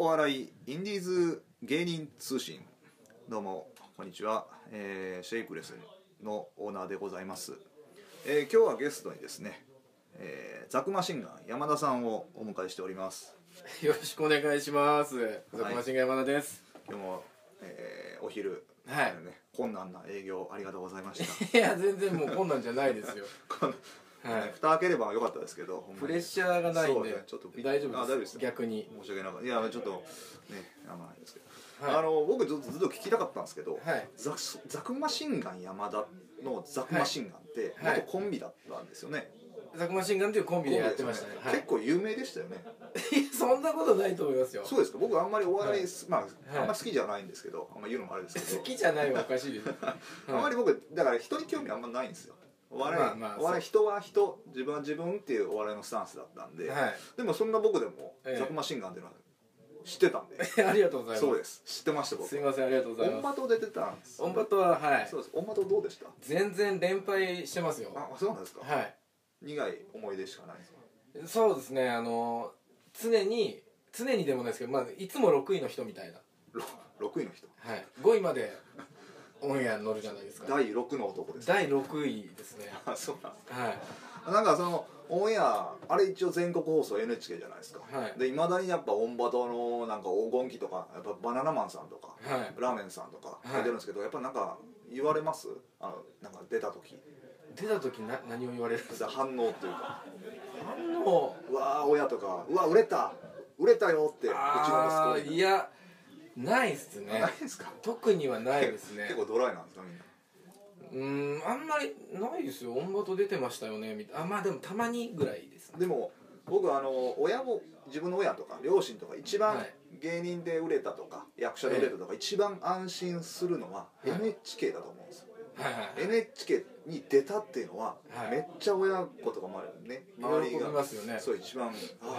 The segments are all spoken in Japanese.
笑いインディーズ芸人通信。どうもこんにちは、シェイクレスのオーナーでございます。今日はゲストにですね、ザクマシンガン山田さんをお迎えしております。 よろしくお願いします。ザクマシンガン山田です。 今日も、お昼、 はい困難な営業ありがとうございました。 いや全然もう困難じゃないですよ。 はい、蓋開ければよかったですけど、 プレッシャーがないんで、 ちょっと大丈夫です。逆に申し訳なかった。いやちょっとねないですけど、僕ずっと聞きたかったんですけど、ザクマシンガン山田のザクマシンガンって元コンビだったんですよね。 ザクマシンガンっていうコンビでやってましたね。 結構有名でしたよね。 そんなことないと思いますよ。 そうですか。僕あんまりお笑いあんまり好きじゃないんですけど、あんま言うのもあれですけど。 好きじゃないはおかしいです。 あんまり僕だから人に興味あんまないんですよ。お笑い人は人、自分は自分っていうお笑いのスタンスだったんで、でもそんな僕でもザクマシンガンっていうのは知ってたんで。 ありがとうございます。 そうです。知ってました僕。 すいません、ありがとうございます。 オンバト出てたんです。 オンバトはそうです。オンバトどうでした？ 全然連敗してますよ。 あ、そうなんですか。 はい。 苦い思い出しかないですか？ そうですね。常にでもないですけど、いつも6位の人みたいな。 6位の人。 はい。5位までオンエアに乗るじゃないですか。 第6の男です。 第6位ですね。 あ、そうなんですか。 はい。 なんかそのオンエアあれ一応全国放送 NHK じゃないですか。でいまだにやっぱオンバトのなんか黄金期とかやっぱバナナマンさんとか、ラーメンさんとか出てるんですけど、やっぱなんか言われます？なんか出た時何を言われるんですか？ 反応っていうか。 反応。 うわー親とか、うわ売れたよってうちの息子。 いやないっすね。 ないですか？ 特にはないですね。 結構ドライなんですかみんな。 あんまりないですよ。オンバト出てましたよねみたいな。でもたまにぐらいですね。 でも僕親も自分の親とか両親とか一番芸人で売れたとか役者で売れたとか一番安心するのは NHK だと思うんですよ。NHK に出たっていうのはめっちゃ親子とかね周りがそう一番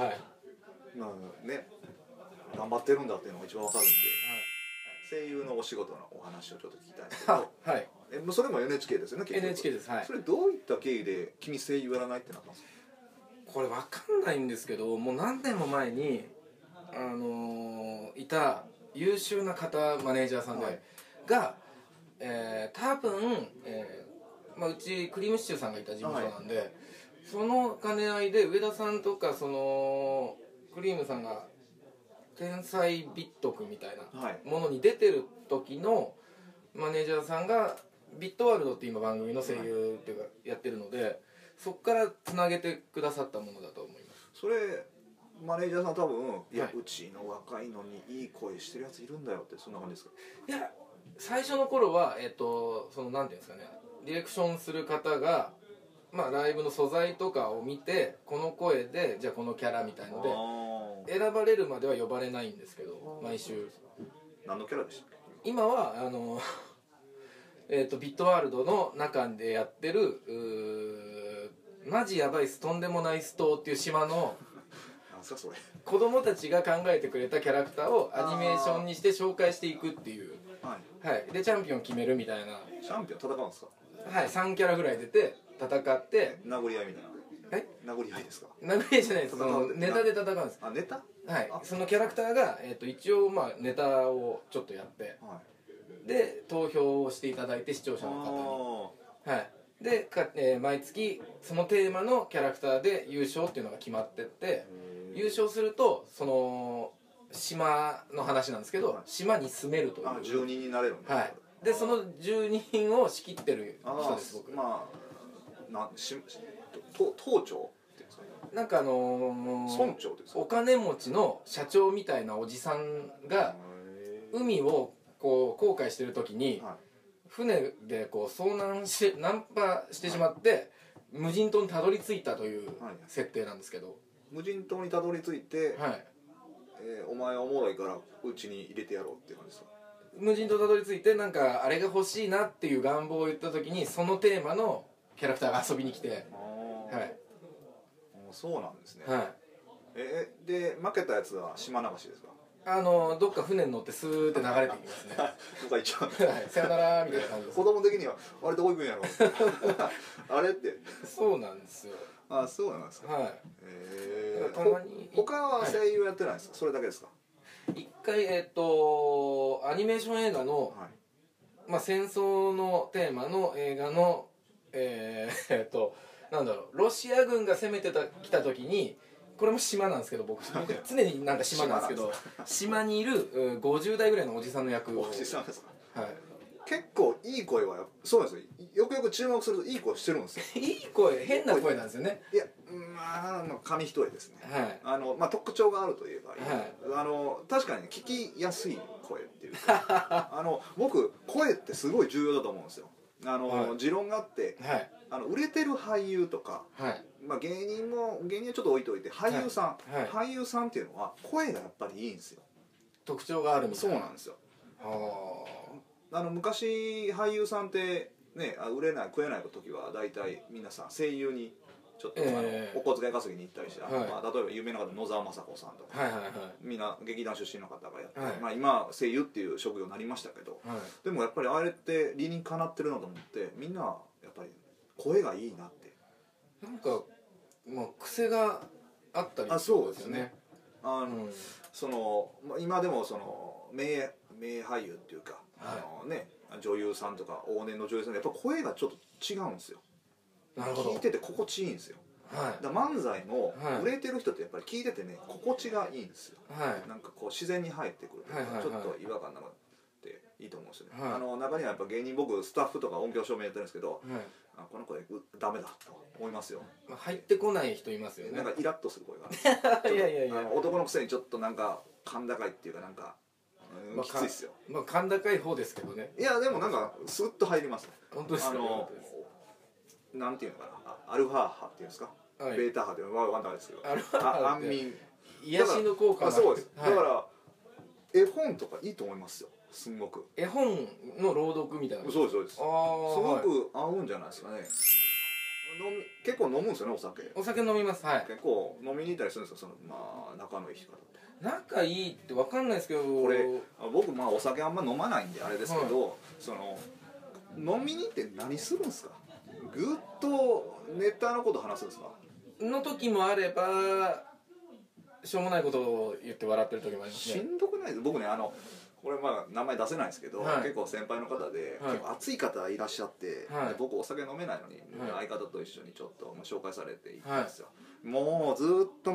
ね頑張ってるんだっていうのが一番わかるんで。声優のお仕事のお話をちょっと聞きたいんですけど、それも NHK ですよね。 NHK です。はい。 それどういった経緯で君声優やらないってなったんですか？ これわかんないんですけど、もう何年も前にいた優秀な方マネージャーさんが多分うちクリームシチューさんがいた事務所なんで、その兼ね合いで上田さんとかそのクリームさんが天才ビットくんみたいなものに出てる時のマネージャーさんがビットワールドって今番組の声優っていうかやってるので、そこからつなげてくださったものだと思います。 それマネージャーさん多分いやうちの若いのにいい声してるやついるんだよってそんな感じですか？ いや最初の頃はそのなんていうんですかね、ディレクションする方がライブの素材とかを見てこの声でじゃあこのキャラみたいので選ばれるまでは呼ばれないんですけど、毎週。 何のキャラでしたっけ？ 今はビットワールドの中でやってるマジやばいとんでもないストっていう島のなんすかそれ子供たちが考えてくれたキャラクターをアニメーションにして紹介していくっていう、でチャンピオン決めるみたいな。 チャンピオン戦うんですか？ はい、3キャラぐらい出て戦って殴り合いみたいな。殴り合いですか？ 殴り合いじゃないです。ネタで戦うんです。 ネタ？ はい。そのキャラクターが一応ネタをちょっとやって、で投票をしていただいて視聴者の方に、で毎月そのテーマのキャラクターで優勝っていうのが決まってって、優勝するとその島の話なんですけど、島に住めるという。 住人になれるんです。はい。 でその住人を仕切ってる人です僕。 島長っていうんですかね。 なんか村長ですか？ お金持ちの社長みたいなおじさんが海をこう航海してる時に船でこう遭難してナンパしてしまって無人島にたどり着いたという設定なんですけど、 無人島にたどり着いて、お前おもろいからうちに入れてやろうっていう感じですか？ 無人島たどり着いてなんかあれが欲しいなっていう願望を言った時にそのテーマのキャラクターが遊びに来て、 そうなんですね。で負けたやつは島流しですか？ どっか船に乗ってスーって流れていきますね。 どっか行っちゃう。 さよならみたいな感じです。 子供的にはあれどこ行くんやろあれって。 そうなんですよ。 あ、そうなんですか。 たまに他は声優やってないですか？それだけですか？ 一回アニメーション映画の、まあ、戦争のテーマの映画のなんだろう、ロシア軍が攻めてきた時に、これも島なんですけど、僕常になんか島なんですけど、島にいる50代ぐらいのおじさんの役を。 おじさんですか。 はい。 結構いい声はそうですよ。よくよく注目するといい声してるんですよ。 いい声、変な声なんですよね。 いや、まあ紙一重ですね。 はい。 まあ特徴があるといえばいい。 はい。 確かに、ね、聞きやすい声っていうか僕声ってすごい重要だと思うんですよ。はい、持論があって、はい、売れてる俳優とか、はい、まあ、芸人はちょっと置いといて俳優さん、はい、俳優さんっていうのは声がやっぱりいいんですよ。 特徴があるみたいな。 そうなんですよ。昔俳優さんってね、売れない食えない時は大体皆さん声優にちょっとお小遣い稼ぎに行ったりして、はい、まあ、例えば有名な方野沢雅子さんとか、はいはいはい、みんな劇団出身の方がやって、はい、まあ、今声優っていう職業になりましたけど、はい、でもやっぱりあれって理にかなってるなと思って、みんなやっぱり声がいいなって、 なんか、まあ、癖があったりするんですよね。 今でも名俳優っていうか、ね、女優さんとか往年の女優さんやっぱ声がちょっと違うんですよ。なるほど。聞いてて心地いいんですよ。はい、だ漫才も売れてる人ってやっぱり聞いててね、心地がいいんですよ。はい、なんかこう自然に入ってくるというか、ちょっと違和感なくていいと思うんですよね。はい、中にはやっぱ芸人、僕スタッフとか音響照明やってるんですけど、はい、この声ダメだと思いますよ。 入ってこない人いますよね。 なんかイラッとする声がいやいやいや、 男のくせにちょっとなんか甲高いっていうか、なんかきついっすよ。 まあ甲高い方ですけどね。 いやでもなんかスッと入ります。 本当ですか。 なんていうのかな、アルファ波っていうんですか、はい、ベータ波っていうのは分かんないですけど、安眠癒しの効果が。 そうです、はい、だから絵本とかいいと思いますよ。すごく絵本の朗読みたいな。 そうですそうです。すごく合うんじゃないですかね。結構飲むんですよね、お酒飲みます。はい、 結構飲みに行ったりするんですよ、まあ仲のいい人と。 仲いいって分かんないですけど、 これ僕まあお酒あんま飲まないんであれですけど、はい、飲みに行って何するんですか。ぐっとネタのこと話すんですかの時もあれば、しょうもないことを言って笑ってる時もありますね。 しんどくないです。僕ね、これまあ名前出せないですけど、はい、結構先輩の方で、はい、結構熱い方いらっしゃって、はい、僕お酒飲めないのに、はい、相方と一緒にちょっと紹介されていったんですよ。はい、もうずっ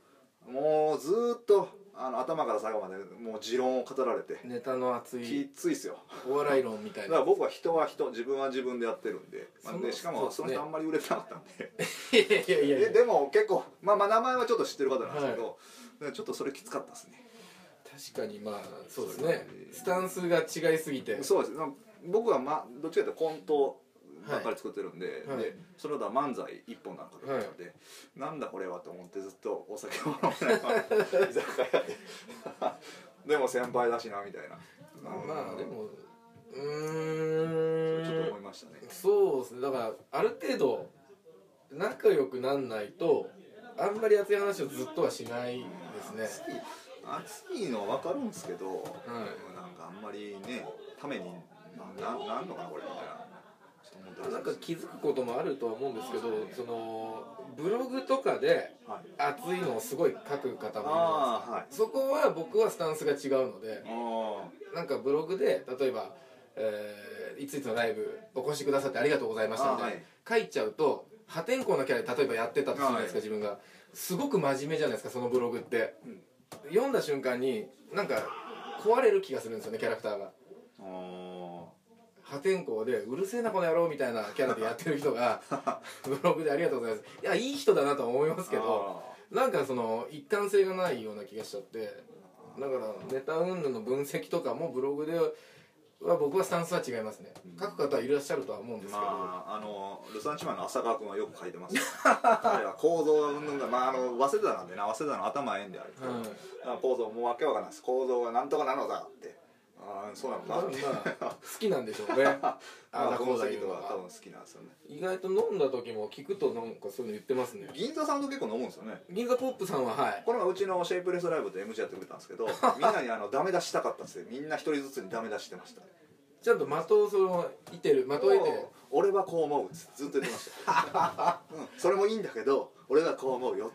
と頭から最後までもう持論を語られて、 ネタの熱いきついっすよ。 お笑い論みたいな。 だから僕は人は人、自分は自分でやってるんで、しかもその人あんまり売れてなかったんでいやでも結構まあ名前はちょっと知ってる方なんですけど、はい、ちょっとそれきつかったですね。 確かに、まあそうですね、スタンスが違いすぎて。 そうです。僕はどっちかというとコントばっかり作ってるんで、はい、でそれだ漫才一本なんかで、はい、なんだこれはと思ってずっとお酒を飲めないまま居酒屋ででも先輩だしなみたいな。 まあでもちょっと思いましたね。 そうですね。だからある程度仲良くなんないとあんまり熱い話をずっとはしないですね。 熱いのは分かるんですけど、はい、なんかあんまりね、ためになんのかなこれみたいな。 なんか気づくこともあるとは思うんですけど、ブログとかで熱いのをすごい書く方もいるじゃないですか、はい、そこは僕はスタンスが違うので、なんかブログで例えば、いついつのライブお越しくださってありがとうございましたみたいな書いちゃうと、破天荒なキャラで例えばやってたとするじゃないですか、自分がすごく真面目じゃないですか、そのブログって、読んだ瞬間になんか壊れる気がするんですよね、キャラクターが。破天荒でうるせえなこの野郎みたいなキャラでやってる人がブログでありがとうございます、いやいい人だなとは思いますけど、なんか一貫性がないような気がしちゃって、だからネタ云々の分析とかもブログでは僕はスタンスは違いますね。書く方はいらっしゃるとは思うんですけど、 ルサンチマンの浅川君はよく書いてますよ彼は構造云々が、早稲田なんでな、早稲田の頭ええんであるけど、構造もうわけわかんないです。構造がなんとかなのだって、そうなのか、 まあ好きなんでしょうねこの席とか多分好きなんですよね。 意外と飲んだ時も聞くとなんかそういうの言ってますね。 銀座さんと結構飲むんですよね。 銀座ポップさんは、はい、 これはうちのシェイプレスライブで MC やってくれたんですけどみんなにダメ出ししたかったんですよ。みんな一人ずつにダメ出ししてました。 ちゃんと的を得て俺はこう思うってずっと言ってましたそれもいいんだけど俺はこう思うよとか言って、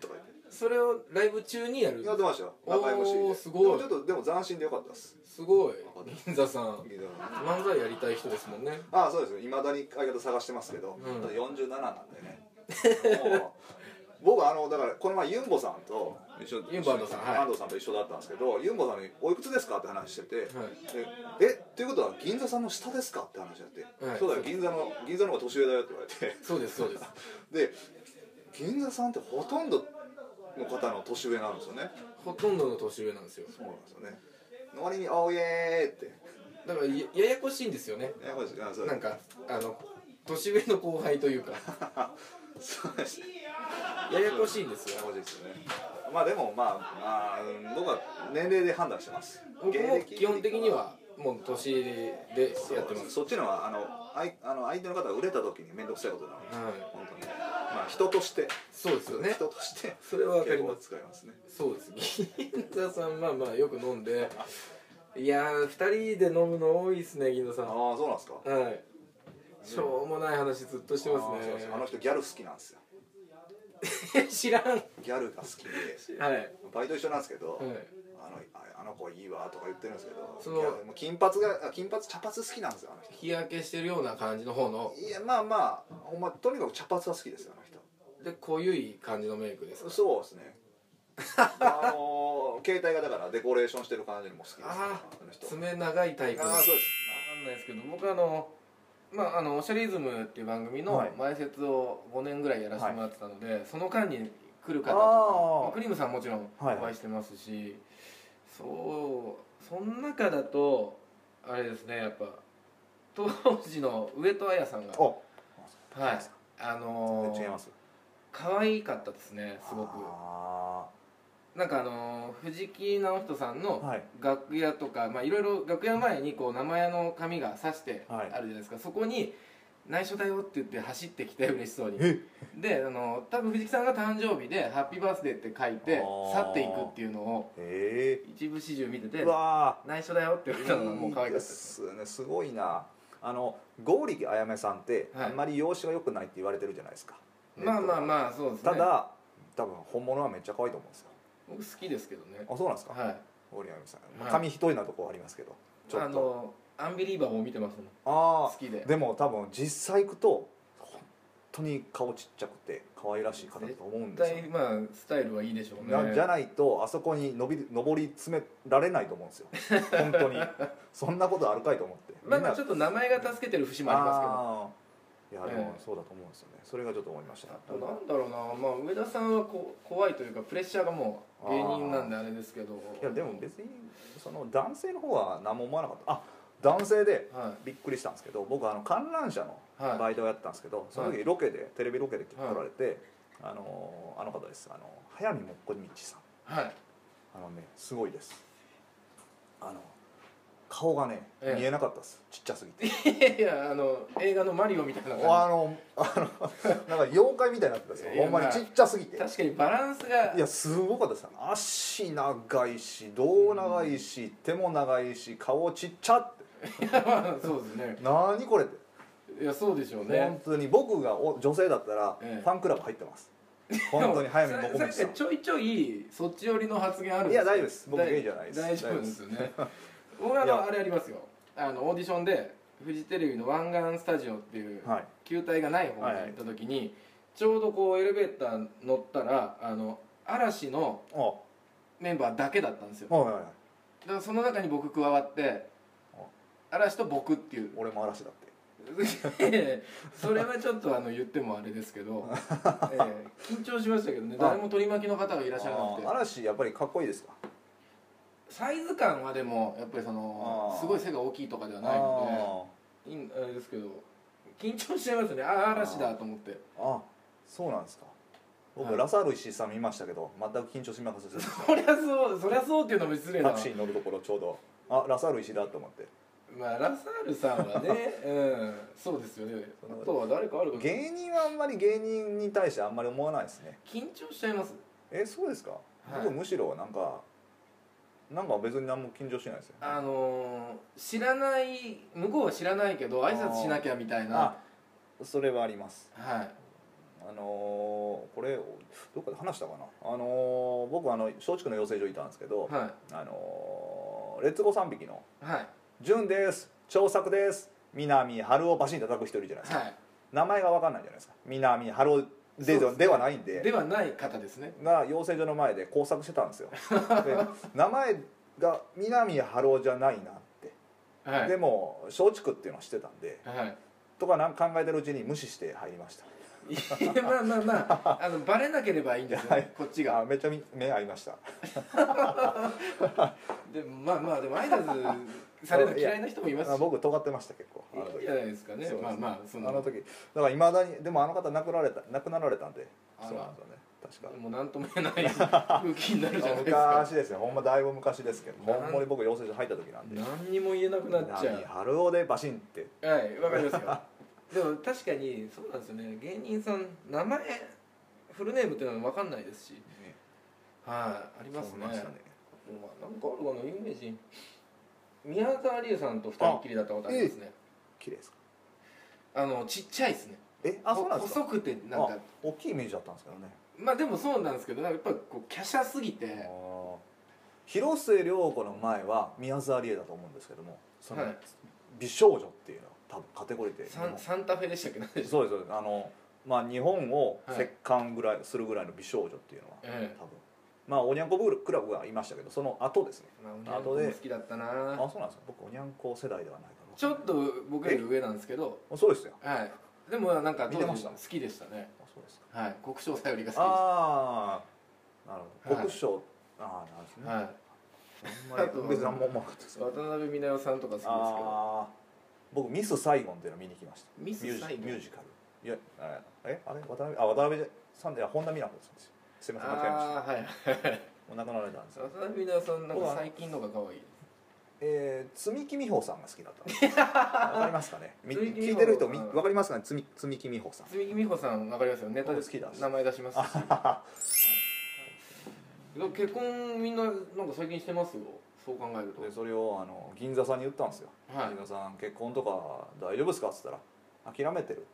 それをライブ中にやる？ やってましたよ、中 MC で。 すごい。 でも斬新でよかったです。 すごい。銀座さん漫才やりたい人ですもんね。 ああ、そうですよ。いまだに相方探してますけど、47なんでね。僕だからこの前ユンボさんと一緒、 ユンボ安藤さん、 安藤さんと一緒だったんですけど、ユンボさんにおいくつですかって話してて、っていうことは銀座さんの下ですかって話になって、そうだよ、銀座の方が年上だよって言われて、 そうですそうです。 で銀座さんってほとんどの方の年上なんですよね。 ほとんどの年上なんですよ。 そうなんですよね。の割に「おーイエー」ってだからややこしいんですよね。なんか年上の後輩というかそうです。 ややこしいんですよ。 そうですよね。まあでも僕は年齢で判断してます。 僕も基本的にはもう年でやってます。 そっちのは相手の方が売れた時に面倒くさいことなので、本当に人としてそうですよね。 人としてそれは分かります。 使いますね。 そうです。銀座さんよく飲んで、いやー2人で飲むの多いですね、銀座さん。 ああ、そうなんですか。 はい。しょうもない話ずっとしてますね。 あの人ギャル好きなんですよ。 知らん。 ギャルが好きで、 はい。 バイト一緒なんですけど、 はい、 あの子いいわとか言ってるんですけど、金髪茶髪好きなんですよ、あの人。 日焼けしてるような感じの方の。 いや、ほんまとにかく茶髪は好きですよ、あの人。 で濃ゆい感じのメイクですか？ そうですね。携帯がだからデコレーションしてる感じも好きです。 ああ、爪長いタイプ。 ああ、そうです。 わかんないですけど、僕オシャリズムっていう番組の前説を5年ぐらいやらせてもらってたので、その間に来る方とか、クリームさんもちろんお会いしてますし、その中だとあれですね、やっぱ当時の上戸彩さんが、はい、 違います。 可愛かったですね、すごく。なんか藤木直人さんの楽屋とか、いろいろ楽屋前にこう生屋の紙が刺してあるじゃないですか、そこに「内緒だよ」って言って走ってきて嬉しそうに。で多分藤木さんが誕生日で「ハッピーバースデー」って書いて去っていくっていうのを一部始終見てて「内緒だよ」って言われたのがもう可愛かったですね。すごいな。剛力あやめさんってあんまり容姿が良くないって言われてるじゃないですか。 そうですね。 ただ多分本物はめっちゃ可愛いと思うんですよ。 僕好きですけどね。 あ、そうなんですか。 はい。 剛力あやめさん、紙一重なところありますけど、 ちょっとアンビリーバーも見てますもん。 好きで。 でも多分実際行くと本当に顔ちっちゃくて可愛らしい方だと思うんですよ。 絶対スタイルはいいでしょうね。 じゃないとあそこに上り詰められないと思うんですよ。本当にそんなことあるかいと思って。 ちょっと名前が助けてる節もありますけど。 いやでもそうだと思うんですよね。それがちょっと思いました。 あとなんだろうな、上田さんは怖いというかプレッシャーがもう芸人なんであれですけど。 いやでも別にその男性の方は何も思わなかった。男性でびっくりしたんですけど、僕観覧車のバイトをやってたんですけど、その時テレビロケで来られて、あの方です。速水もっこみちさん。すごいです。顔がね見えなかったです。ちっちゃすぎて。 いや映画のマリオみたいな感じ。 なんか妖怪みたいになってたんですよ。ほんまにちっちゃすぎて。 確かにバランスが。 いやすごかったです。足長いし胴長いし手も長いし顔ちっちゃって。 そうですね。 何これって。 いやそうでしょうね。 本当に僕が女性だったらファンクラブ入ってます。本当に早めにもこみちさん。 ちょいちょいそっち寄りの発言あるんです。 いや大丈夫です。僕ゲイじゃないです。 大丈夫ですよね。僕あれありますよ。オーディションでフジテレビの湾岸スタジオっていう球体がない方に行った時に、ちょうどこうエレベーター乗ったら嵐のメンバーだけだったんですよ。だからその中に僕加わって嵐と僕っていう。 俺も嵐だって。 それはちょっと言ってもあれですけど、緊張しましたけどね。誰も取り巻きの方がいらっしゃらなくて。 嵐やっぱりかっこいいですか？ サイズ感はでもやっぱりすごい背が大きいとかではないのであれですけど、緊張しちゃいますね。嵐だと思って。 そうなんですか。僕ラサール石井さん見ましたけど全く緊張しませんでした。 そりゃそうっていうのも失礼な。 タクシーに乗るところちょうどラサール石井だと思って。 ラサールさんはね、そうですよね。あとは誰かあるか。 芸人はあんまり芸人に対してあんまり思わないですね。 緊張しちゃいます。 そうですか。僕むしろなんか別に何も緊張しないですよ。 知らない向こうは知らないけど挨拶しなきゃみたいな。 それはあります。 はい。 これどっかで話したかな、僕松竹の養成所いたんですけど、 はい、 レッツゴー3匹のはい 「潤です長作です南春をバシン叩く一人じゃないですか、 はい、 名前が分かんないじゃないですか。南春をではないんで、 ではない方ですねが養成所の前で工作してたんですよで名前が南春夫じゃないなって、 はい、 でも松竹っていうのは知ってたんで、 はい、 とか考えてるうちに無視して入りました。 いやまあまあまあバレなければいいんですよ、ね、はい、こっちがめっちゃ目合いましたでもまあまあでも挨拶されるの嫌いな人もいますし、 僕尖ってました結構いいじゃないですかね。まあまあその時だからいまだに、でもあの方亡くなられたんで、そうなんですよね、確かもう何とも言えない空気になるじゃないですか昔ですよ、ほんまだいぶ昔ですけど、ほんまに僕養成所入った時なんで何にも言えなくなっちゃう。 春男でバシンって、 はいわかりますよでも確かにそうなんですよね、芸人さん名前フルネームっていうのは分かんないですし、ね、はい、ありますね。なんかあるかな有名人、宮沢りえさんと二人っきりだったことありますね。 綺麗ですか。 ちっちゃいですね。 そうなんですか。 細くてなんか大きいイメージだったんですけどね。 まあでもそうなんですけど、やっぱりこう華奢すぎて。 広末涼子の前は宮沢りえだと思うんですけども、その、 はい、 美少女っていうのは多分カテゴリーでサンタフェでしたっけ、何でしたっけ。 そうです。まあ日本を折檻ぐらいするぐらいの美少女っていうのは、多分まあおにゃんこクラブがいましたけど、その後ですね。 後で好きだったな。 そうなんですよ。僕おにゃんこ世代ではないかな。 ちょっと僕より上なんですけど。 そうですよ。 はい。でもなんか当時好きでしたね。 そうですか。 はい。国生さよりが好きでした。 ああ、なるほど。国生、なんですね。はい。あと別に何も思わなかったです。 渡辺美奈代さんとか好きですけど。 僕ミスサイゴンっていうのを見に来ました。 ミスサイゴン。 ミュージカル。いや、あれ渡辺さんで本田美奈子さんですよ。すみません間違えました。はい。もう亡くなられたんですよ。 渡辺美奈代さんなんか最近のが可愛い。 積木美穂さんが好きだったわかりますかね。聞いてる人わかりますかね。積木美穂さん。 積木美穂さんわかりますよ。ネタで名前出しますし。結婚みんななんか最近してますよ。そう考えると。 でそれを銀座さんに言ったんですよ。銀座さん結婚とか大丈夫ですかっつったら諦めてるって。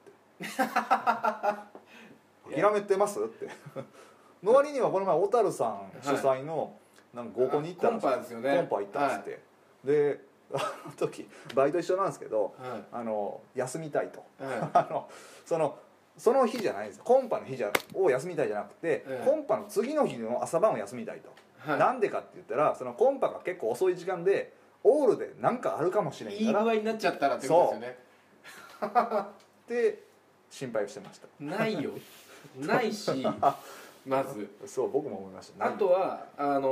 諦めてますっての割にはこの前小樽さん主催のなんか合コンに行ったんですよ。 コンパですよね。 コンパ行ったんですって、であの時バイト一緒なんですけど、休みたいと、その日じゃないんですよ。コンパの日を休みたいじゃなくて、コンパの次の日の朝晩を休みたいと、なんでかって言ったらそのコンパが結構遅い時間でオールで何かあるかもしれんから、 いい具合になっちゃったらってことですよね。 で心配をしてました。 ないよないしまずそう僕も思いました。 あとは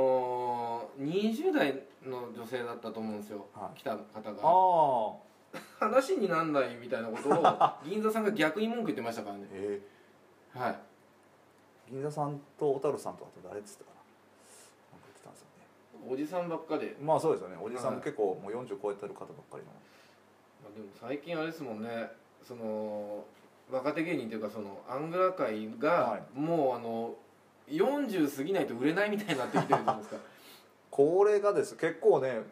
20代の女性だったと思うんですよ、来た方が。話になんないみたいなことを銀座さんが逆に文句言ってましたからね。はい。 銀座さんと小樽さんとあと誰っつったかな、なんか言ってたんですよね。 おじさんばっかで。 まあそうですよね。おじさんも結構もう40超えてる方ばっかりの。 でも最近あれですもんね、その若手芸人というかそのアングラ界がもう40過ぎないと売れないみたいになってきてるじゃないですか。 これがです結構ね、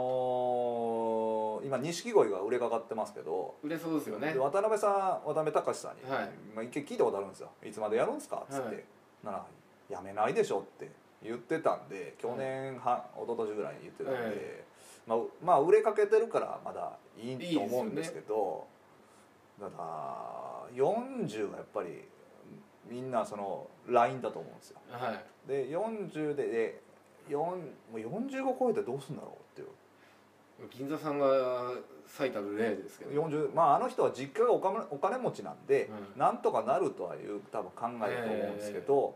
今錦鯉が売れかかってますけど、 売れそうですよね。 渡辺隆さんに、まあ、一回聞いたことあるんですよ。いつまでやるんですかっつって、ならやめないでしょって言ってたんで、去年一昨年ぐらいに言ってたんで、まあ売れかけてるからまだいいと思うんですけど、だから40がやっぱりみんなそのラインだと思うんですよ。で40でもう45超えてどうするんだろうっていう。 銀座さんが最たる例ですけど、 まああの人は実家がお金持ちなんで、なんとかなるとはいう多分考えると思うんですけど、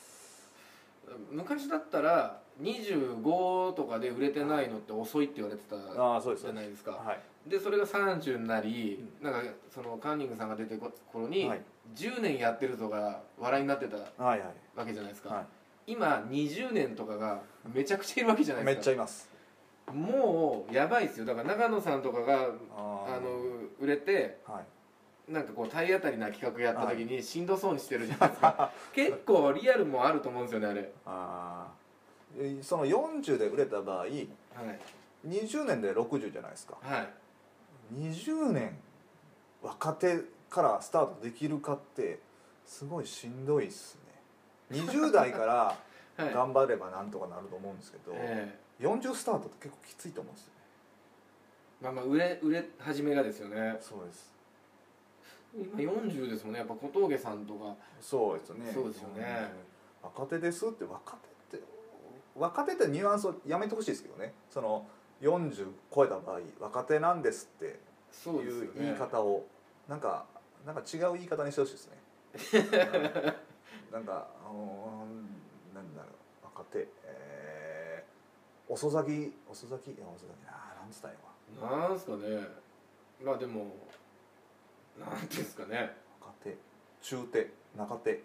昔だったら25とかで売れてないのって遅いって言われてたじゃないですか。でそれが30になり、なんかそのカンニングさんが出てる頃に10年やってるとか笑いになってたわけじゃないですか。今20年とかがめちゃくちゃいるわけじゃないですか。 めっちゃいます。 もうやばいですよ。だから長野さんとかが売れて、なんかこう体当たりな企画やった時にしんどそうにしてるじゃないですか。結構リアルもあると思うんですよね、あれ。その40で売れた場合、20年で60じゃないですか。20年若手からスタートできるかってすごいしんどいっすね。20代から頑張ればなんとかなると思うんですけど、40スタートって結構きついと思うんですよね。 まあまあ売れ始めがですよね。 そうです。 今40ですもんね。やっぱ小峠さんとか。 そうですよね。 そうですよね。 若手ですって若手ってニュアンスをやめてほしいですけどね。その40超えた場合若手なんですっていう言い方をなんか違う言い方にしてほしいですね。なんかなんだろう、若手、遅咲きいや遅咲きなんつったんやわ。なんすかね。まあでもなんていうんですかね。 若手、中手、中手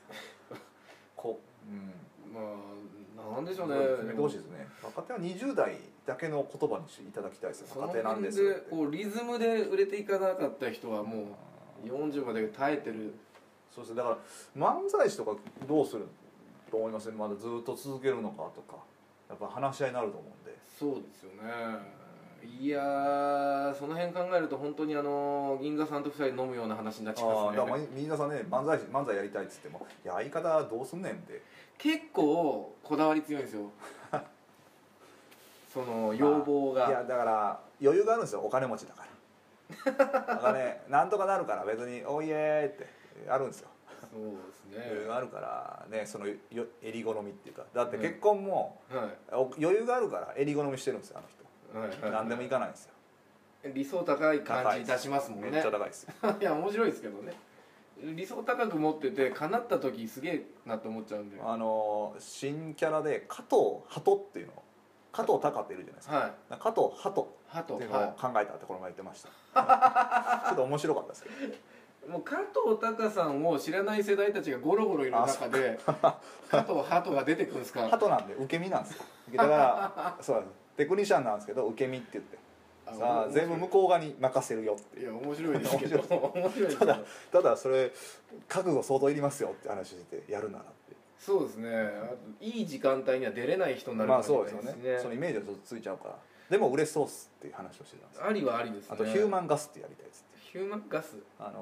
まあなんでしょうね。 決めてほしいですね。若手は20代だけの言葉にしていただきたいですよ。若手なんですって。 こうリズムで売れていかなかった人はもう40まで耐えてる。 そうですね。だから漫才師とかどうすると思いますね。まだずっと続けるのかとか、やっぱ話し合いになると思うんで。 そうですよね。いやー、その辺考えると本当に銀座さんと2人飲むような話になっちゃいますね。 だからみんなさんね、漫才やりたいっつっても、いや相方どうすんねんって。 結構こだわり強いんですよ。その要望が、 いやだから余裕があるんですよ、お金持ちだからお金なんとかなるから別においえーってあるんですよ。 そうですね。 余裕があるからね、その襟好みっていうか、だって結婚も、 はい、 余裕があるから襟好みしてるんですよ、あの人、 はいはい、 何でもいかないんですよ。 理想高い感じ出しますもんね。 めっちゃ高いですよいや面白いですけどね。理想高く持ってて叶った時すげえなって思っちゃうんで、 新キャラで加藤鳩っていうの、加藤隆っているじゃないですか、 はい、 加藤鳩っていうのを考えたってこの前言ってました、ちょっと面白かったですけど、 もう加藤隆さんを知らない世代たちがゴロゴロいる中で加藤鳩が出てくるんですか。 鳩なんで受け身なんですよ。だからそうなんです、テクニシャンなんですけど受け身って言って、さあ全部向こう側に任せるよっていう。 いや面白いですけど面白いですけど、 ただそれ覚悟相当いりますよって話してて、やるならって。 そうですね。あといい時間帯には出れない人になるかもしれないですね。 まあそうですよね。そのイメージはちょっとついちゃうから。でも売れそうっすっていう話をしてたんですよ。 ありはありですね。 あとヒューマンガスってやりたいっつって。 ヒューマンガス、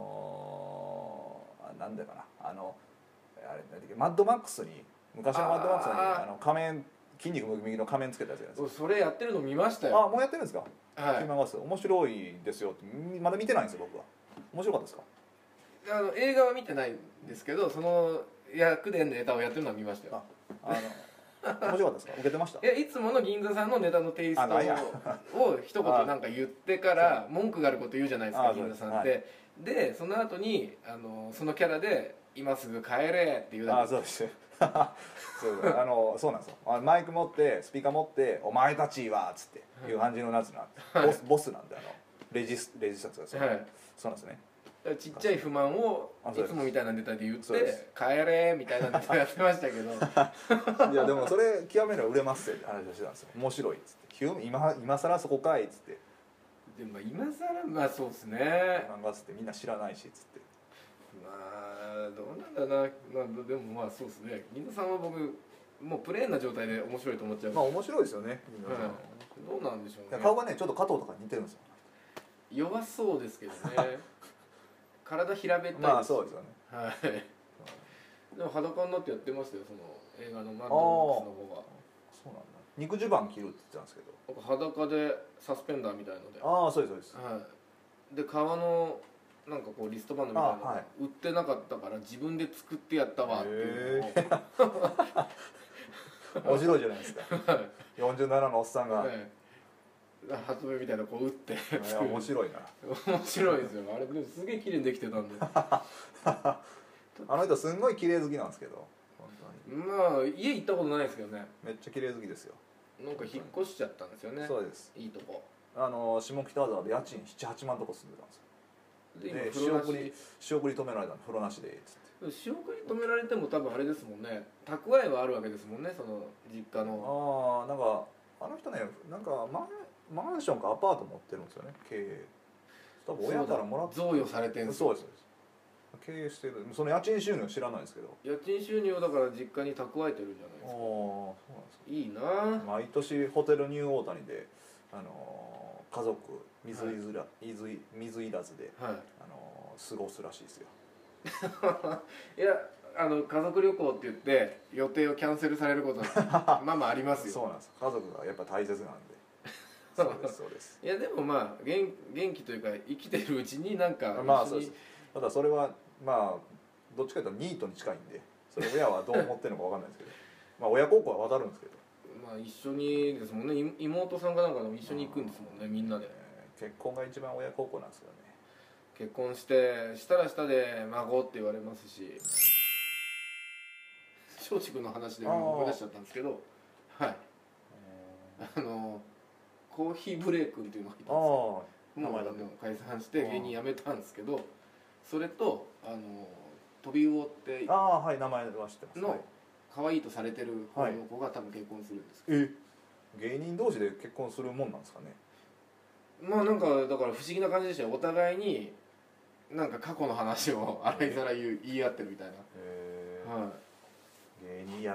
なんだかな、あれなんだっけ、マッドマックスに、昔のマッドマックスに仮面、筋肉ムキムキの仮面つけたやつじゃないですか。 それやってるの見ましたよ。 もうやってるんですか。 はい、 ヒューマンガス面白いですよって。まだ見てないんですよ僕は。面白かったですか。 映画は見てないんですけど、その役でネタをやってるのは見ましたよ。 面白かったですか。受けてました。 いつもの銀座さんのネタのテイストを一言なんか言ってから文句があること言うじゃないですか、銀座さんって。でその後にそのキャラで「今すぐ帰れ」って言うだけ。 そうですそうなんですよ。マイク持ってスピーカー持って「お前たちは」っつっていう感じのやつなんで、ボスなんで、レジスタンスがそうなんですね。 ちっちゃい不満をいつもみたいなネタで言って「帰れ」みたいなネタやってましたけど、 いやでもそれ極めれば売れますって話をしてたんですよ。面白いっつって「今更そこかい」っつって。 でも今更まあそうですね。 漫画っつってみんな知らないしっつって。 まあどうなんだな、でもまあそうですね。銀座さんは僕もうプレーンな状態で面白いと思っちゃう。 まあ面白いですよね。 どうなんでしょうね。 顔がねちょっと加藤とか似てるんですよ。 弱そうですけどね。体平べったいです。 まあそうですよね。 はい。でも裸になってやってましたよ、その映画のマッドマックスの方が。 そうなんだ。肉襦袢着るって言ってたんですけど。 裸でサスペンダーみたいので。 そうですそうです。 はい。で革のなんかこうリストバンドみたいなのが売ってなかったから自分で作ってやったわっていうのを。 面白いじゃないですか。47のおっさんが。 発明みたいなこう打って面白いな。 面白いですよ。あれすげえ綺麗にできてたんで。 あの人すんごい綺麗好きなんですけど、本当に。 まあ家行ったことないですけどね。 めっちゃ綺麗好きですよ。 なんか引っ越しちゃったんですよね。 そうです。 いいとこ。 下北沢で家賃7、8万とこ住んでたんですよ。で仕送り止められたの、風呂なしでっつって。 仕送り止められても多分あれですもんね。蓄えはあるわけですもんね、その実家の。 なんかあの人ね、なんかマンションかアパート持ってるんですよね、経営。多分親からもらって贈与されてるんですよ。 そうです経営してる。その家賃収入は知らないですけど、 家賃収入をだから実家に蓄えてるじゃないですか。 そうなんですか。 いいな。 毎年ホテルニューオータニで家族水いらずで、過ごすらしいですよ。 いや家族旅行って言って予定をキャンセルされることはまあまあありますよ。 そうなんです。家族がやっぱ大切なんで。そうですそうです。 いやでもまあ元気というか生きてるうちになんかまあそうです。ただそれはまあどっちかというとニートに近いんで、それ親はどう思ってるのかわかんないですけど、まあ親孝行は渡るんですけど。 まあ一緒にですもんね。妹さんかなんかでも一緒に行くんですもんね、みんなで。 結婚が一番親孝行なんですよね。 結婚したらしたで孫って言われますし、松竹の話で思い出しちゃったんですけど、はい、コーヒーブレイ君っていうのがいたんですよ。もう解散して芸人辞めたんですけど、それと飛び魚ってはい、名前は知ってますの可愛いとされてる子の子が多分結婚するんですけど、 芸人同士で結婚するもんなんですかね。 まあなんかだから不思議な感じでしたよ。お互いになんか過去の話を洗いざら言い合ってるみたいな。はい、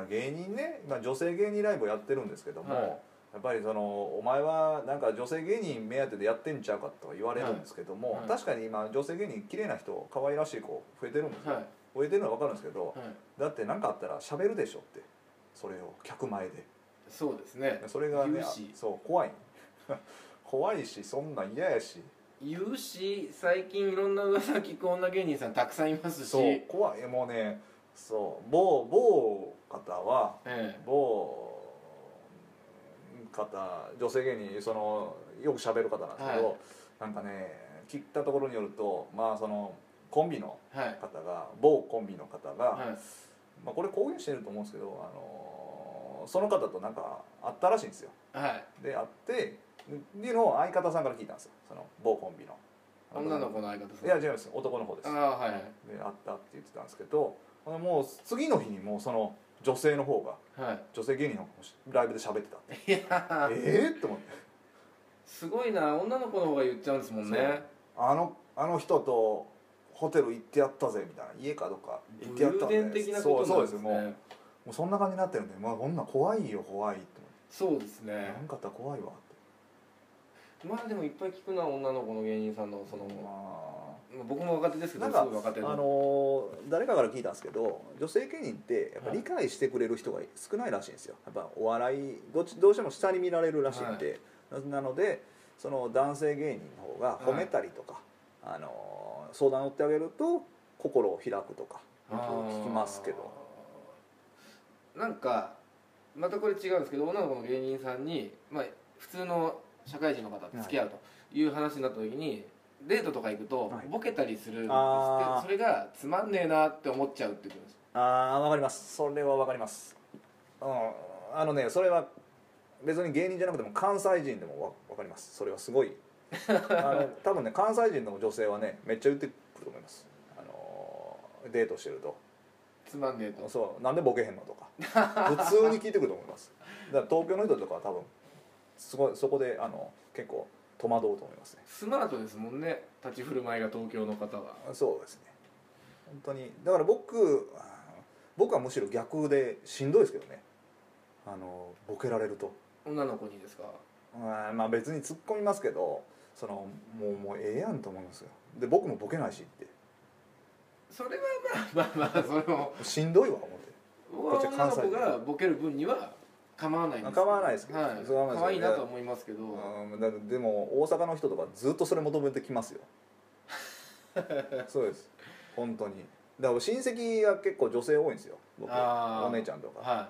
芸人ね、まあ、女性芸人ライブをやってるんですけども、やっぱりお前はなんか女性芸人目当てでやってんちゃうかとか言われるんですけども、確かに今女性芸人綺麗な人可愛らしい子増えてるんですよ、増えてるのは分かるんですけど、だって何かあったら喋るでしょって、それを客前で。 そうですね、 それがね、そう怖い怖いし、そんなん嫌やし言うし、最近いろんな噂聞く女芸人さんたくさんいますし、 そう怖い。もうね、そう某方は、某方、女性芸人よく喋る方なんですけど、なんかね聞いたところによると、まあコンビの方が、某コンビの方が、まあこれ公言してると思うんですけど、その方となんかあったらしいんですよ。で会ってっていうのを相方さんから聞いたんですよ、その某コンビの女の子の相方さん。 いや違います、男の方です。で会ったって言ってたんですけど、もう次の日にもうその女性の方が、女性芸人のライブで喋ってたって。いやって思って、 すごいな、女の子の方が言っちゃうんですもんね。 あの人とホテル行ってやったぜみたいな、家かどっか行ってやったぜ。そうです。もうそんな感じになってるんで、まあこんな怖いよ怖いって。 そうですね、 なんかあったら怖いわって。 まあでもいっぱい聞くな、女の子の芸人さんの僕も若手ですけど、 なんか誰かから聞いたんですけど、女性芸人ってやっぱ理解してくれる人が少ないらしいんですよ。やっぱお笑いどうしても下に見られるらしいんで、なのでその男性芸人の方が褒めたりとか、相談を乗ってあげると心を開くとか聞きますけど、 なんかまたこれ違うんですけど、女の子の芸人さんに、まあ、普通の社会人の方と付き合うという話になった時に、デートとか行くとボケたりするんですって、それがつまんねえなって思っちゃうって言ってます。わかります、それはわかります。それは別に芸人じゃなくても関西人でもわかります。それはすごい多分ね、関西人の女性はねめっちゃ言ってくると思います。デートしてるとつまんねえと、 そうなんでボケへんのとか普通に聞いてくると思います。だから東京の人とかは多分そこで結構戸惑うと思いますね。 スマートですもんね、立ち振る舞いが東京の方は。 そうですね、本当に。だから僕はむしろ逆でしんどいですけどね、ボケられると。 女の子にですか？ まあ別に突っ込みますけど、もうええやんと思いますよ。で僕もボケないしって。 それはまあそれもしんどいわ思って。 女の子がボケる分には構わないんです。 構わないですけど、 可愛いなとは思いますけど。 でも大阪の人とかずっとそれ求めてきますよそうです、本当に。だから親戚が結構女性多いんですよ、僕。お姉ちゃんとか、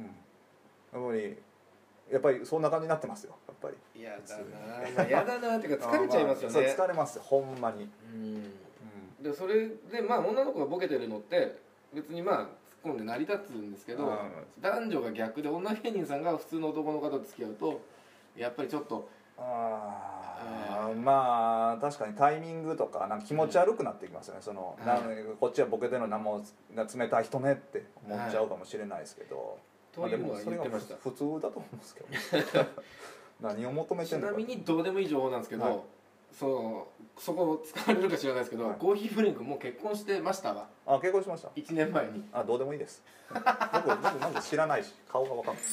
やっぱりそんな感じになってますよ、やっぱり。 嫌だな、嫌だなっていうか疲れちゃいますよね。 疲れますよ、ほんまに。 でそれでまあ女の子がボケてるのって別にまあ突っ込んで成り立つんですけど、男女が逆で女芸人さんが普通の男の方と付き合うとやっぱりちょっとまあ確かにタイミングとかなんか気持ち悪くなってきますよね。こっちはボケてるの何も冷たい人ねって思っちゃうかもしれないですけど、 というのは言ってました。 普通だと思うんですけど何を求めてるのか。 ちなみにどうでもいい情報なんですけど、そこを使われるか知らないですけど、コーヒーブレイクもう結婚してましたわ。 結婚しました。 1年前に。 どうでもいいです。僕まず知らないし顔が分かんない。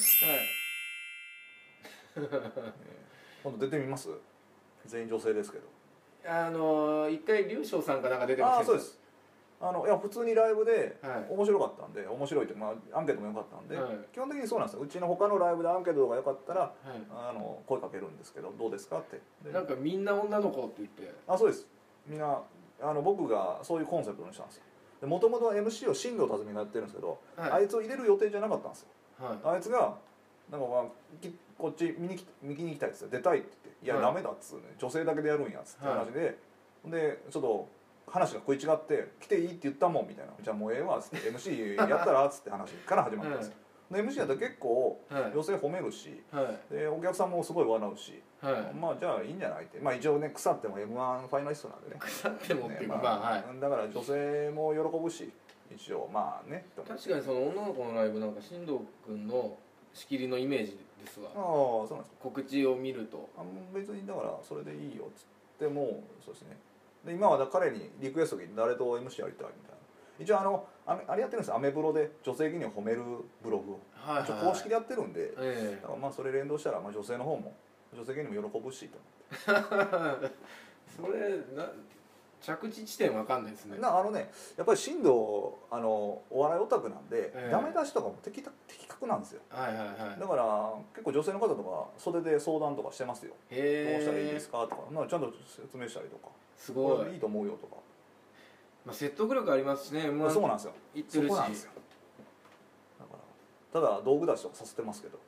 今度出てみます。全員女性ですけど。 一回龍翔さんかなんか出てました。 そうです。 いや普通にライブではい面白かったんで、面白いというか、アンケートも良かったんで、 はい基本的にそうなんですよ。うちの他のライブでアンケートが良かったらはい声かけるんですけど、どうですかってでなんかみんな女の子って言ってそうです。みんな僕がそういうコンセプトにしたんですよ。もともと MC を新藤辰巳がやってるんですけど、 はいあいつを入れる予定じゃなかったんですよ。 はいあいつがなんか、こっち見に行きたいっつって出たいって言って「いや、 はいダメだ」っつうね、女性だけでやるんやっつって話で、でちょっと話が食い違って「来ていいって言ったもん」みたいな「じゃあもうええわ」っつって「MC やったら」っつって話から始まったんですよ。で MC やったら結構はい女性褒めるし、 はいでお客さんもすごい笑うし、 はいまあじゃあいいんじゃないって、まあ一応ね腐っても M−1 ファイナリストなんでね、 腐ってもっていうか、 ね、 まあはいだから女性も喜ぶし一応まあねと思って。 確かにその女の子のライブなんか進藤君の仕切りのイメージですわ。 ああそうなんですか。 告知を見ると別にだからそれでいいよっつってもそうですね。で今は彼にリクエスト来て誰と MC やりたいみたいな。一応あれやってるんですよ。アメブロで女性芸人を褒めるブログを、 はいはい一応公式でやってるんで、 えだからまあそれ連動したら、まあ、女性の方も女性芸人も喜ぶしと思って。 それ着地地点わかんないですね。 やっぱり進藤お笑いオタクなんで、ダメ出しとかも的確なんですよ。 はいはいはいだから結構女性の方とか袖で相談とかしてますよ。どうしたらいいですかとか、ちゃんと説明したりとか、 すごいこれいいと思うよとか。 まあ説得力ありますしね。 そうなんですよ。 言ってるしそこなんですよ。だからただ道具出しとかさせてますけど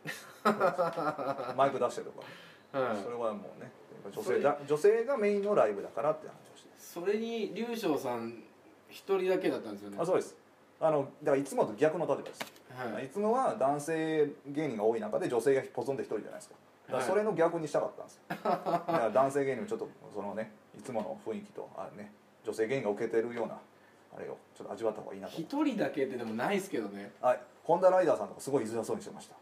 マイク出してとか、 はいそれはもうね女性がメインのライブだからって話をして。 それに龍翔さん一人だけだったんですよね。 そうです。だからいつもと逆の立場です。 はい、 いつもは男性芸人が多い中で女性がポツンと一人じゃないですか。だからそれの逆にしたかったんですよ。だから男性芸人をちょっとそのね、いつもの雰囲気と女性芸人が受けてるようなあれをちょっと味わった方がいいなと。 一人だけってでもないですけどね。 ホンダライダーさんとかすごい居づらそうにしてました。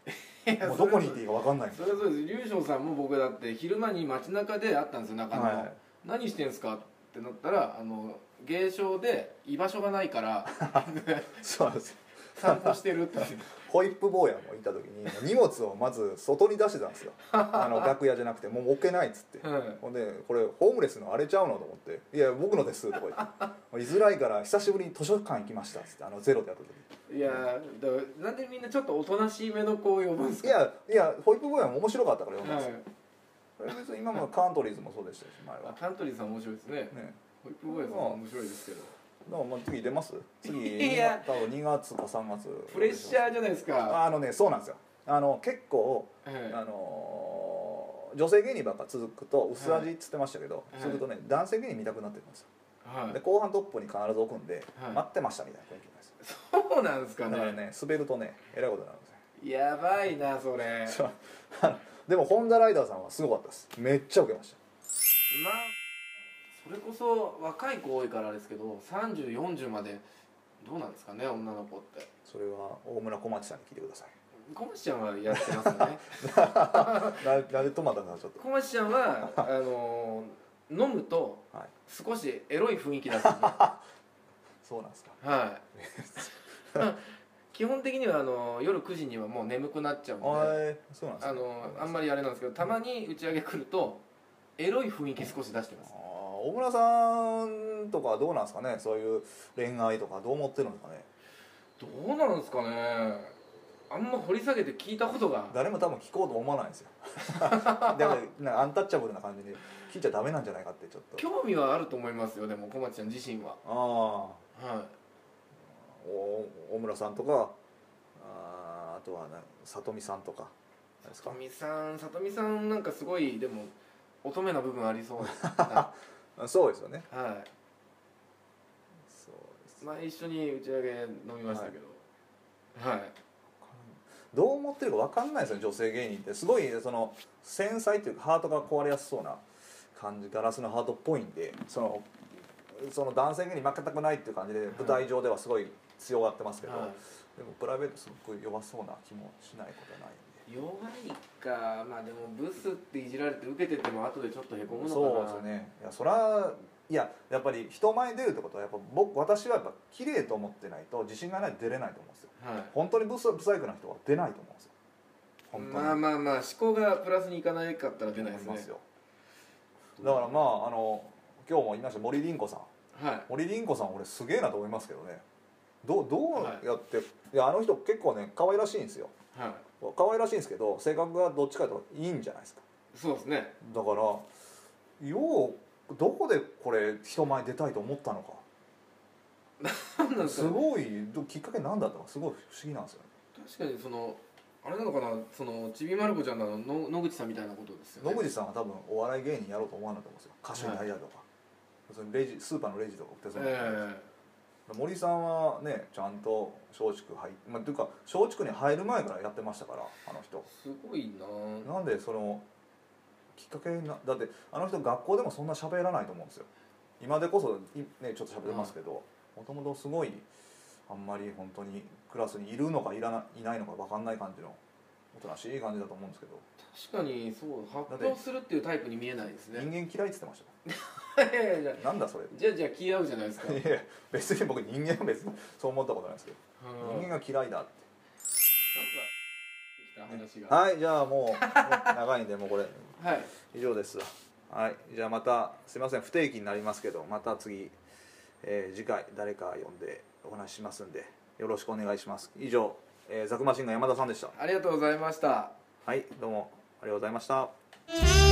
もうどこにいていいか分かんないそれはそうです。龍翔さんも僕だって昼間に街中で会ったんですよ。中野、 はい、 何してんすかってなったら芸商で居場所がないからそうなんですよ。 散歩してるってホイップ坊やもいた時に荷物をまず外に出してたんですよ。楽屋じゃなくてもう置けないっつって、 はい、 ほんでこれホームレスのあれちゃうのと思って「いや僕のです」とか言って「居づらいから久しぶりに図書館行きました」っつってゼロでやった時。 いやだからなんでみんなちょっとおとなしめの子を呼ぶんですか。 いやホイップ坊やも面白かったから呼んだんですよ、 はい、 別に今もカントリーズもそうでしたし前は。 カントリーさん面白いですね。ホイップボーイさん面白いですけど。 だから次出ます？次いや多分2月か3月。 プレッシャーじゃないですか。 そうなんですよ。結構、女性芸人ばっか続くと薄味っつってましたけど、続くとね男性芸人見たくなってくるんですよ。で後半トップに必ず置くんで、待ってましたみたいな雰囲気なんですよ。 そうなんですかね。 だからね滑るとねえらいことになるんですよ。やばいなそれ。 でもホンダライダーさんはすごかったです。めっちゃ受けました。 まあそれこそ若い子多いからですけど30、40までどうなんですかね女の子って。 それは大村小町さんに聞いてください。 小町ちゃんはやってますね。 なんで止まったんだちょっと。 小町ちゃんは飲むと少しエロい雰囲気出すんで。 そうなんですか。 はい。基本的には夜9時にはもう眠くなっちゃうんで、 そうなんですか。 あんまりあれなんですけど、たまに打ち上げ来るとエロい雰囲気少し出してます。 大村さんとかはどうなんですかね。そういう恋愛とかどう思ってるんですかね。 どうなんですかね。あんま掘り下げて聞いたことが。 誰も多分聞こうと思わないんですよ。だからアンタッチャブルな感じで聞いちゃダメなんじゃないかってちょっと。 興味はあると思いますよ。でも小町ちゃん自身は。はい。 大村さんとかあとは里見さんとか里見さんなんかすごいでも乙女な部分ありそうですそうですよね。 はい。 そうです。 まあ一緒に打ち上げ飲みましたけど、はい、 どう思ってるか分かんないですよね。女性芸人ってすごい繊細というかハートが壊れやすそうな感じ、ガラスのハートっぽいんで、その男性芸人負けたくないっていう感じで舞台上ではすごい強がってますけど、でもプライベートすごく弱そうな気もしないことはないんで。 弱いか。まあでもブスっていじられて受けてても後でちょっとへこむのかな。 そうですよね。やっぱり人前に出るってことは私はやっぱ綺麗と思ってないと自信がないと出れないと思うんですよ。はい、本当にブサイクな人は出ないと思うんですよ。本当にまあ思考がプラスにいかないかったら出ないですね。 だから今日も言いました森凛子さん森凛子さん俺すげえなと思いますけどね。どうやって、いやあの人結構ね可愛らしいんですよ。可愛らしいんですけど性格がどっちかといいんじゃないですか。 そうですね。 だからどこでこれ人前出たいと思ったのか。 なんなんですかね。 すごいきっかけなんだったのかすごい不思議なんですよね。 確かにあれなのかな、ちびまる子ちゃんの野口さんみたいなことですよね。 野口さんは多分お笑い芸人やろうと思わないと思うんですよ。歌手になりたいとか、そのスーパーのレジとか売ってそうな、森さんはねちゃんと松竹というか松竹に入る前からやってましたから、あの人すごいな。 なんできっかけだってあの人学校でもそんな喋らないと思うんですよ。今でこそねちょっと喋ってますけど、もともとすごいあんまり本当にクラスにいるのかいないのか分かんない感じのおとなしい感じだと思うんですけど。 確かにそう発表するっていうタイプに見えないですね。 人間嫌いって言ってましたいやいやなんだそれ。 じゃあ気合うじゃないですか。 いや別に僕人間は別にそう思ったことないですけど、人間が嫌いだってなんか来た話が。 はい、じゃあもう長いんでもうこれはい以上です。はい、じゃあまたすいません不定期になりますけど、また次、次回誰か呼んでお話ししますんでよろしくお願いします。以上、ザクマシンガン山田さんでした。 ありがとうございました。 はい、どうもありがとうございました。